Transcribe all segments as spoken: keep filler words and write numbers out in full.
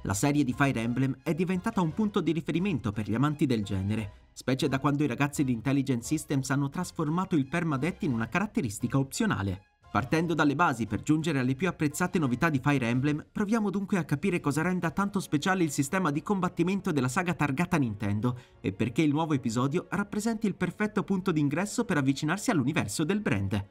La serie di Fire Emblem è diventata un punto di riferimento per gli amanti del genere, specie da quando i ragazzi di Intelligent Systems hanno trasformato il permadeath in una caratteristica opzionale. Partendo dalle basi per giungere alle più apprezzate novità di Fire Emblem, proviamo dunque a capire cosa renda tanto speciale il sistema di combattimento della saga targata Nintendo e perché il nuovo episodio rappresenti il perfetto punto d'ingresso per avvicinarsi all'universo del brand.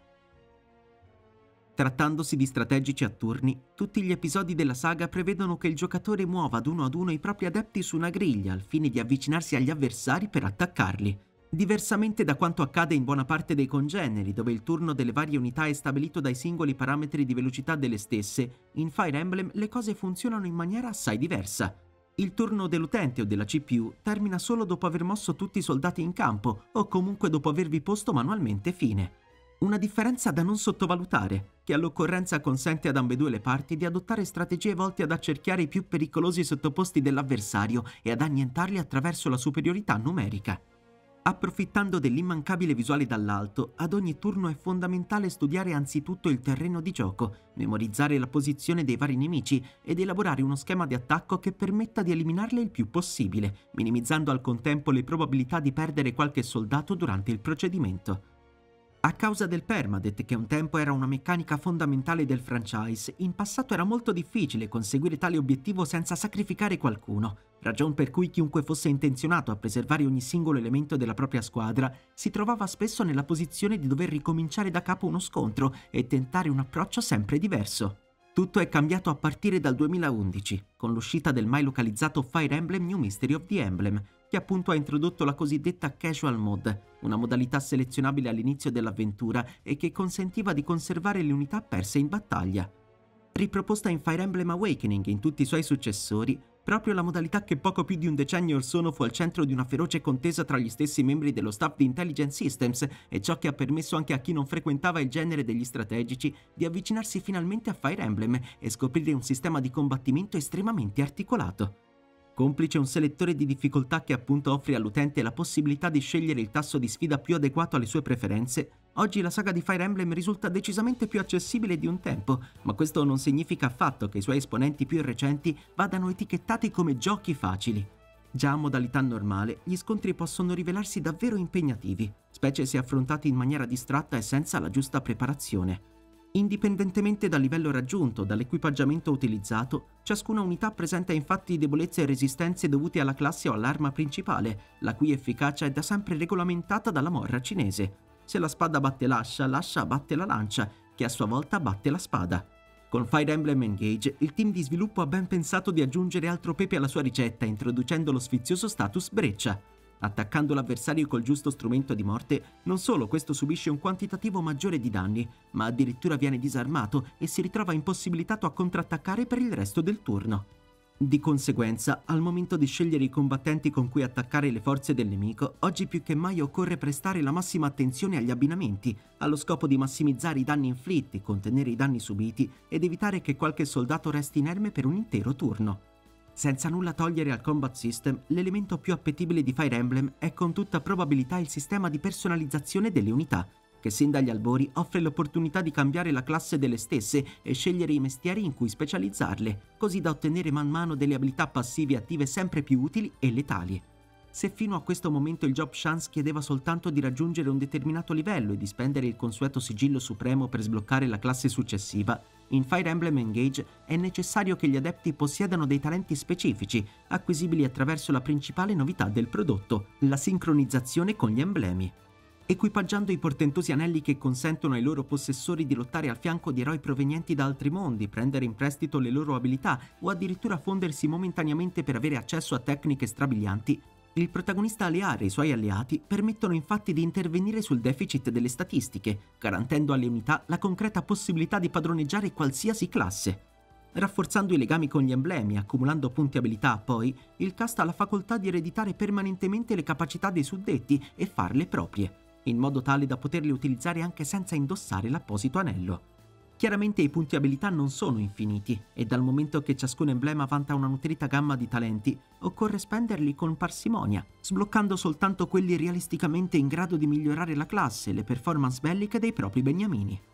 Trattandosi di strategici a turni, tutti gli episodi della saga prevedono che il giocatore muova ad uno ad uno i propri adepti su una griglia al fine di avvicinarsi agli avversari per attaccarli. Diversamente da quanto accade in buona parte dei congeneri, dove il turno delle varie unità è stabilito dai singoli parametri di velocità delle stesse, in Fire Emblem le cose funzionano in maniera assai diversa. Il turno dell'utente o della C P U termina solo dopo aver mosso tutti i soldati in campo o comunque dopo avervi posto manualmente fine. Una differenza da non sottovalutare, che all'occorrenza consente ad ambedue le parti di adottare strategie volte ad accerchiare i più pericolosi sottoposti dell'avversario e ad annientarli attraverso la superiorità numerica. Approfittando dell'immancabile visuale dall'alto, ad ogni turno è fondamentale studiare anzitutto il terreno di gioco, memorizzare la posizione dei vari nemici ed elaborare uno schema di attacco che permetta di eliminarli il più possibile, minimizzando al contempo le probabilità di perdere qualche soldato durante il procedimento. A causa del permadeath, che un tempo era una meccanica fondamentale del franchise, in passato era molto difficile conseguire tale obiettivo senza sacrificare qualcuno, ragion per cui chiunque fosse intenzionato a preservare ogni singolo elemento della propria squadra si trovava spesso nella posizione di dover ricominciare da capo uno scontro e tentare un approccio sempre diverso. Tutto è cambiato a partire dal duemilaundici, con l'uscita del mai localizzato Fire Emblem New Mystery of the Emblem, che appunto ha introdotto la cosiddetta Casual Mode, una modalità selezionabile all'inizio dell'avventura e che consentiva di conservare le unità perse in battaglia. Riproposta in Fire Emblem Awakening e in tutti i suoi successori, proprio la modalità che poco più di un decennio or sono fu al centro di una feroce contesa tra gli stessi membri dello staff di Intelligent Systems e ciò che ha permesso anche a chi non frequentava il genere degli strategici di avvicinarsi finalmente a Fire Emblem e scoprire un sistema di combattimento estremamente articolato. Complice un selettore di difficoltà che appunto offre all'utente la possibilità di scegliere il tasso di sfida più adeguato alle sue preferenze, oggi la saga di Fire Emblem risulta decisamente più accessibile di un tempo, ma questo non significa affatto che i suoi esponenti più recenti vadano etichettati come giochi facili. Già a modalità normale, gli scontri possono rivelarsi davvero impegnativi, specie se affrontati in maniera distratta e senza la giusta preparazione. Indipendentemente dal livello raggiunto o dall'equipaggiamento utilizzato, ciascuna unità presenta infatti debolezze e resistenze dovute alla classe o all'arma principale, la cui efficacia è da sempre regolamentata dalla morra cinese. Se la spada batte l'ascia, l'ascia batte la lancia, che a sua volta batte la spada. Con Fire Emblem Engage, il team di sviluppo ha ben pensato di aggiungere altro pepe alla sua ricetta, introducendo lo sfizioso status breccia. Attaccando l'avversario col giusto strumento di morte, non solo questo subisce un quantitativo maggiore di danni, ma addirittura viene disarmato e si ritrova impossibilitato a contrattaccare per il resto del turno. Di conseguenza, al momento di scegliere i combattenti con cui attaccare le forze del nemico, oggi più che mai occorre prestare la massima attenzione agli abbinamenti, allo scopo di massimizzare i danni inflitti, contenere i danni subiti ed evitare che qualche soldato resti inerme per un intero turno. Senza nulla togliere al combat system, l'elemento più appetibile di Fire Emblem è con tutta probabilità il sistema di personalizzazione delle unità, che sin dagli albori offre l'opportunità di cambiare la classe delle stesse e scegliere i mestieri in cui specializzarle, così da ottenere man mano delle abilità passive attive sempre più utili e letali. Se fino a questo momento il Job Chance chiedeva soltanto di raggiungere un determinato livello e di spendere il consueto sigillo supremo per sbloccare la classe successiva, in Fire Emblem Engage è necessario che gli adepti possiedano dei talenti specifici, acquisibili attraverso la principale novità del prodotto, la sincronizzazione con gli emblemi. Equipaggiando i portentosi anelli che consentono ai loro possessori di lottare al fianco di eroi provenienti da altri mondi, prendere in prestito le loro abilità o addirittura fondersi momentaneamente per avere accesso a tecniche strabilianti, il protagonista Aleare e i suoi alleati permettono infatti di intervenire sul deficit delle statistiche, garantendo alle unità la concreta possibilità di padroneggiare qualsiasi classe. Rafforzando i legami con gli emblemi, accumulando punti abilità, poi, il cast ha la facoltà di ereditare permanentemente le capacità dei suddetti e farle proprie, in modo tale da poterle utilizzare anche senza indossare l'apposito anello. Chiaramente i punti abilità non sono infiniti e dal momento che ciascun emblema vanta una nutrita gamma di talenti, occorre spenderli con parsimonia, sbloccando soltanto quelli realisticamente in grado di migliorare la classe e le performance belliche dei propri beniamini.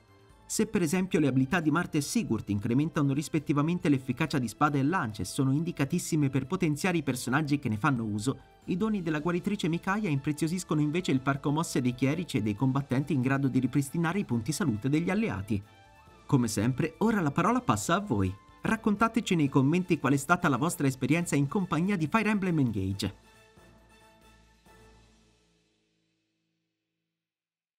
Se per esempio le abilità di Marte e Sigurd incrementano rispettivamente l'efficacia di spada e lance e sono indicatissime per potenziare i personaggi che ne fanno uso, i doni della guaritrice Micaiah impreziosiscono invece il parco mosse dei chierici e dei combattenti in grado di ripristinare i punti salute degli alleati. Come sempre, ora la parola passa a voi. Raccontateci nei commenti qual è stata la vostra esperienza in compagnia di Fire Emblem Engage.